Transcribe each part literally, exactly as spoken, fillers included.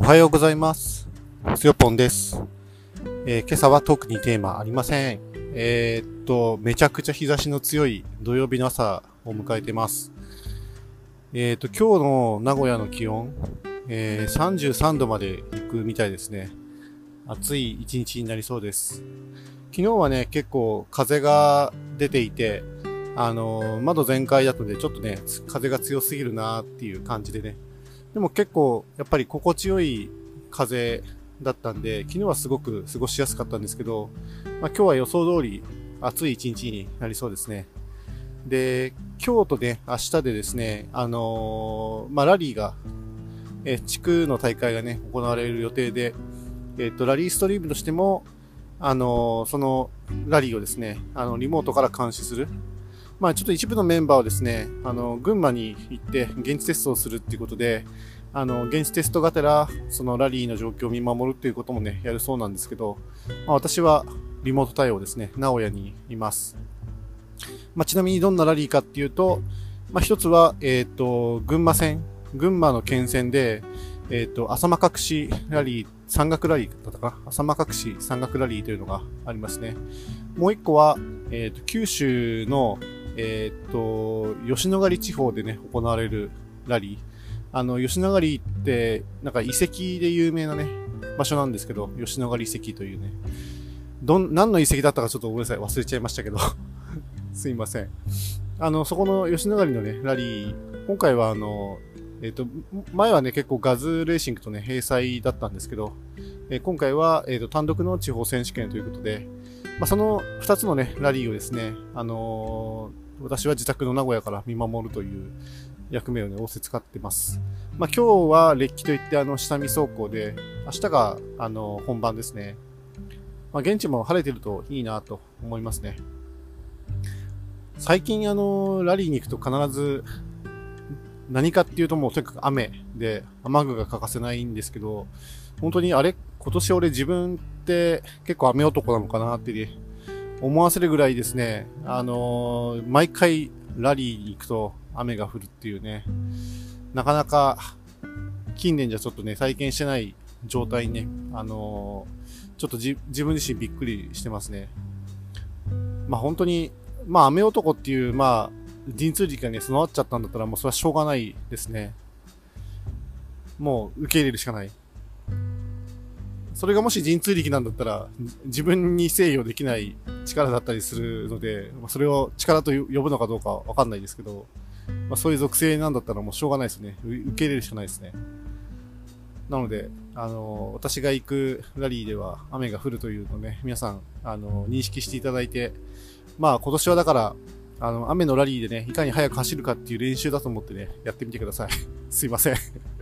はようございます。つよぽんです。えー今朝は特にテーマありません。えーっと、めちゃくちゃ日差しの強い土曜日の朝を迎えてます。えーっと、今日の名古屋の気温、えーさんじゅうさんどまで行くみたいですね。暑い一日になりそうです。昨日はね、結構風が出ていて、あのー窓全開だったので、ちょっとね、風が強すぎるなーっていう感じでね。でも結構、やっぱり心地よい風だったんで、昨日はすごく過ごしやすかったんですけど、まあ、今日は予想通り暑い一日になりそうですね。で、今日とね、明日でですね、あのーまあ、ラリーが、えー地区の大会がね、行われる予定で、えっと、ラリーストリームとしても、あのーそのラリーをですね、あの、リモートから監視する。まあちょっと一部のメンバーをですね、あの、群馬に行って現地テストをするっていうことで、あの、現地テストがてら、そのラリーの状況を見守るっていうこともね、やるそうなんですけど、まあ私はリモート対応ですね、名古屋にいます。まあちなみにどんなラリーかっていうと、まあ一つは、えっと、群馬戦、群馬の県戦で、えっと、浅間隠しラリー、山岳ラリーだったかな、浅間隠し山岳ラリーというのがありますね。もう一個は、えっと、九州のえーっと、吉野ヶ里地方でね、行われるラリー。あの、吉野ヶ里って、なんか遺跡で有名なね、場所なんですけど、吉野ヶ里遺跡というね。どん、何の遺跡だったかちょっとごめんなさい、忘れちゃいましたけど。すいません。あの、そこの吉野ヶ里のね、ラリー、今回はあの、えーっと、前はね、結構ガズレーシングとね、閉鎖だったんですけど、えー今回は、えーっと、単独の地方選手権ということで、まあ、その二つのね、ラリーをですね、あのー私は自宅の名古屋から見守るという役目をね、仰せ使ってます。まあ、今日はれっきといってあの、下見走行で、明日があの、本番ですね。まあ、現地も晴れてるといいなと思いますね。最近あの、ラリーに行くと必ず、何かっていうともうとにかく雨で、雨具が欠かせないんですけど、本当にあれ、今年俺自分って結構雨男なのかなって思わせるぐらいですね、あのー毎回ラリーに行くと雨が降るっていうね、なかなか近年じゃちょっとね、体験してない状態にね、あのーちょっとじ自分自身びっくりしてますね。まあ本当に、まあ雨男っていう、まあ、神通力がね、備わっちゃったんだったらもうそれはしょうがないですね。もう受け入れるしかない。それがもし神通力なんだったら、自分に制御できない力だったりするので、まあそれを力と呼ぶのかどうかわかんないですけど、まあ、そういう属性なんだったらもうしょうがないですね。う受け入れるしかないですね。なので、あの、私が行くラリーでは雨が降るというのをね、皆さん、あの、認識していただいて、まあ今年はだから、あの、雨のラリーでね、いかに速く走るかっていう練習だと思ってね、やってみてください。すいません。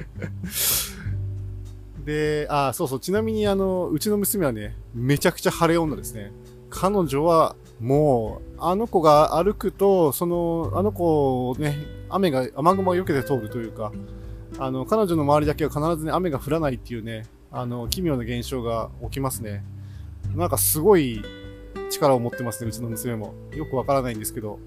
で、あ、そうそう、ちなみにあの、うちの娘はね、めちゃくちゃ晴れ女ですね。彼女は、もう、あの子が歩くと、その、あの子をね、雨が、雨雲を避けて通るというか、あの、彼女の周りだけは必ずね、雨が降らないっていうね、あの、奇妙な現象が起きますね。なんかすごい力を持ってますね、うちの娘も。よくわからないんですけど。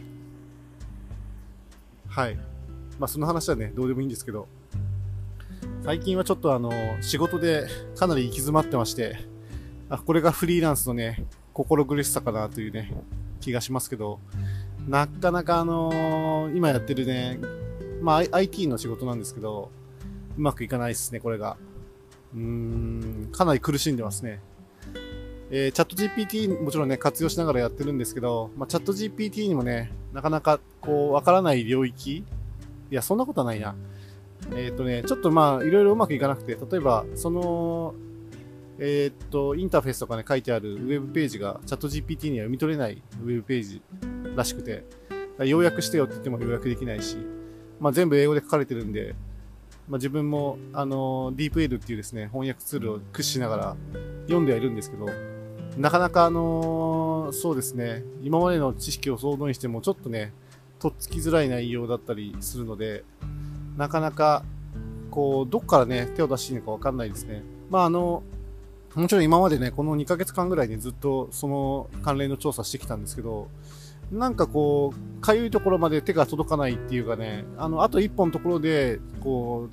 はい。まあ、その話はね、どうでもいいんですけど。最近はちょっとあの、仕事でかなり行き詰まってまして、あ、これがフリーランスのね、心苦しさかなというね、気がしますけど、なかなかあのー今やってるね、まあ アイティー の仕事なんですけど、うまくいかないですね、これが。うーん、かなり苦しんでますね。えーチャット ジーピーティー もちろんね、活用しながらやってるんですけど、まあ、チャット ジーピーティー にもね、なかなかこう、わからない領域いや、そんなことはないな。えっとね、ちょっとまあ、いろいろうまくいかなくて、例えば、その、えっと、インターフェースとかね、書いてあるウェブページが、チャット ジーピーティー には読み取れないウェブページらしくて、要約してよって言っても要約できないし、まあ全部英語で書かれてるんで、まあ自分も、あの、ディープエルっていうですね、翻訳ツールを駆使しながら読んではいるんですけど、なかなかあのそうですね、今までの知識を総動員してもちょっとね、とっつきづらい内容だったりするので、なかなか、こう、どっからね、手を出していいのかわかんないですね。まああの、もちろん今までね、このにかげつかんぐらいにずっとその関連の調査してきたんですけど、なんかこう、かゆいところまで手が届かないっていうかね、あの、あと一本のところで、こう、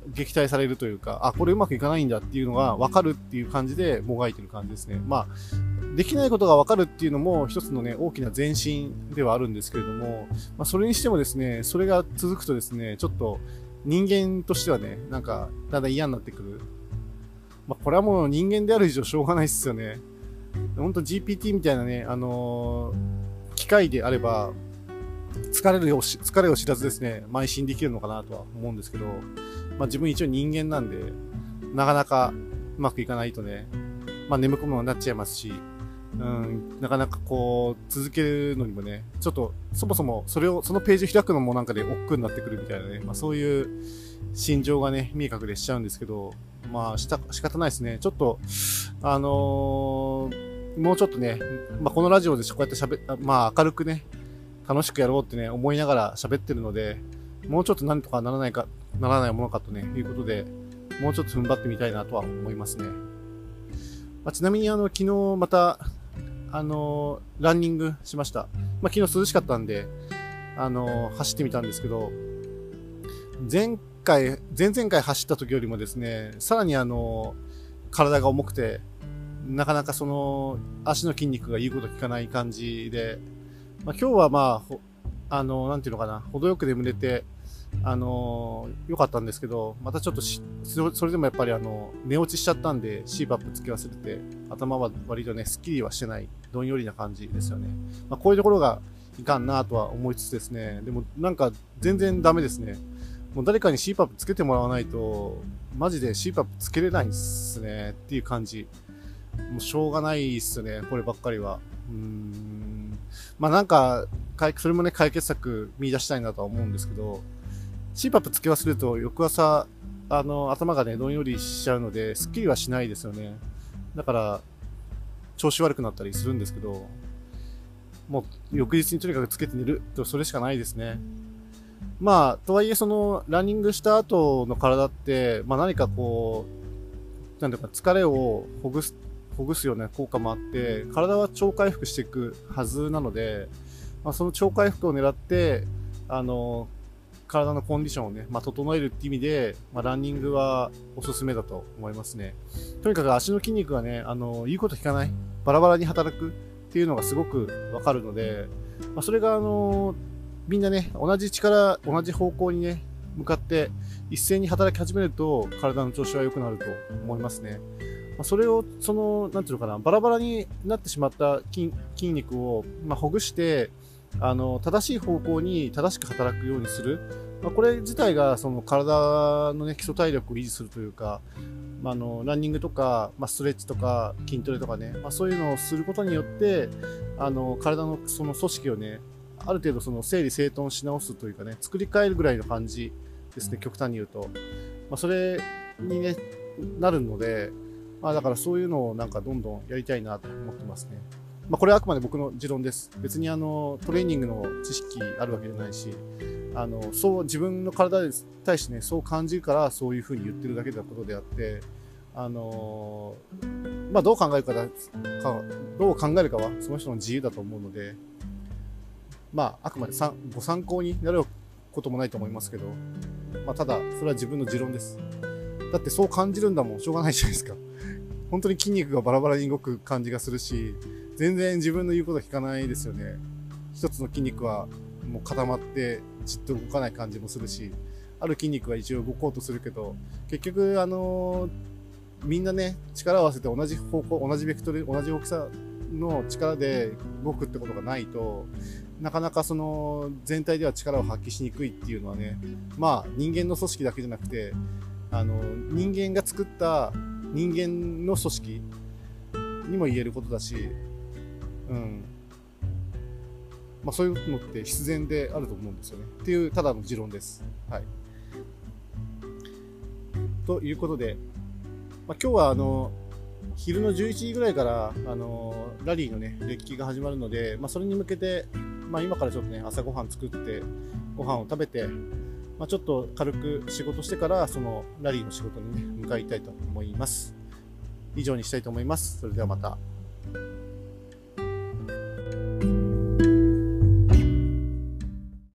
撃退されるというか、あ、これうまくいかないんだっていうのが分かるっていう感じでもがいてる感じですね。まあ、できないことが分かるっていうのも一つのね、大きな前進ではあるんですけれども、まあ、それにしてもですね、それが続くとですね、ちょっと人間としてはね、なんか、だんだん嫌になってくる。まあ、これはもう人間である以上しょうがないっすよね。ほんと ジーピーティー みたいなね、あのー、機械であれば、疲れるよし、疲れを知らずですね、邁進できるのかなとは思うんですけど、まあ自分一応人間なんで、なかなかうまくいかないとね、まあ眠くもなっちゃいますし、うん、なかなかこう、続けるのにもね、ちょっと、そもそもそれを、そのページを開くのもなんかで億劫になってくるみたいなね、まあそういう心情がね、見え隠れしちゃうんですけど、まあした、仕方ないですね。ちょっと、あのー、もうちょっとね、まあこのラジオでこうやって喋っ、まあ明るくね、楽しくやろうってね、思いながら喋ってるので、もうちょっと何とかならないか、ならないものかとね、いうことで、もうちょっと踏ん張ってみたいなとは思いますね。まあ、ちなみにあの、昨日また、あのー、ランニングしました。まあ、昨日涼しかったんで、あのー、走ってみたんですけど、前回、前々回走った時よりもですね、さらにあのー、体が重くて、なかなかその、足の筋肉が言うこと聞かない感じで、まあ、今日はまあ、あのー、なんていうのかな、程よく眠れて、あのー、良かったんですけど、またちょっとし、それでもやっぱりあの、寝落ちしちゃったんで、シーパップつけ忘れて、頭は割とね、スッキリはしてない、どんよりな感じですよね。まあ、こういうところがいかんなとは思いつつですね、でもなんか全然ダメですね。もう誰かに シーパップ つけてもらわないと、マジで シーパップ つけれないっすね、っていう感じ。もうしょうがないっすね、こればっかりは。うーん。まあなんか、それもね、解決策見出したいなとは思うんですけど、シーパップ つけ忘れると翌朝、あの、頭がね、どんよりしちゃうので、スッキリはしないですよね。だから、調子悪くなったりするんですけど、もう、翌日にとにかくつけて寝ると、それしかないですね。まあ、とはいえ、その、ランニングした後の体って、まあ何かこう、なんていうか、疲れをほぐす、ほぐすような効果もあって、体は超回復していくはずなので、まあ、その超回復を狙って、あの、体のコンディションをね、まあ、整えるって意味で、まあ、ランニングはおすすめだと思いますね。とにかく足の筋肉がね、あの、言うこと聞かない、バラバラに働くっていうのがすごくわかるので、まあ、それがあの、みんなね、同じ力、同じ方向にね、向かって一斉に働き始めると、体の調子は良くなると思いますね。まあ、それを、その、なんていうのかな、バラバラになってしまった筋筋肉を、まあ、ほぐして、あの、正しい方向に正しく働くようにする。まあ、これ自体が、その体のね、基礎体力を維持するというか、まあ、あの、ランニングとか、まあ、ストレッチとか、筋トレとかね、まあ、そういうのをすることによって、あの、体のその組織をね、ある程度その整理整頓し直すというかね、作り変えるぐらいの感じですね、極端に言うと。まあ、それにね、なるので、まあ、だからそういうのをなんかどんどんやりたいなと思ってますね。まあ、これはあくまで僕の持論です。別にあの、トレーニングの知識あるわけじゃないし、あの、そう自分の体に対してね、そう感じるからそういうふうに言ってるだけのことであって、あのー、まあ、どう考えるかだ、か、どう考えるかはその人の自由だと思うので、まあ、あくまでさご参考になることもないと思いますけど、まあ、ただ、それは自分の持論です。だってそう感じるんだもん、しょうがないじゃないですか。本当に筋肉がバラバラに動く感じがするし、全然自分の言うこと聞かないですよね。一つの筋肉はもう固まってじっと動かない感じもするし、ある筋肉は一応動こうとするけど、結局あのー、みんなね、力を合わせて同じ方向、同じベクトル、同じ大きさの力で動くってことがないと、なかなかその全体では力を発揮しにくいっていうのはね、まあ人間の組織だけじゃなくて、あの、人間が作った人間の組織にも言えることだし、うん。まあそういうのって必然であると思うんですよね。っていう、ただの持論です。はい。ということで、まあ、今日はあの、昼のじゅういちじぐらいから、あの、ラリーのね、デッキが始まるので、まあそれに向けて、まあ今からちょっとね、朝ごはん作って、ご飯を食べて、まあちょっと軽く仕事してから、そのラリーの仕事にね、向かいたいと思います。以上にしたいと思います。それではまた。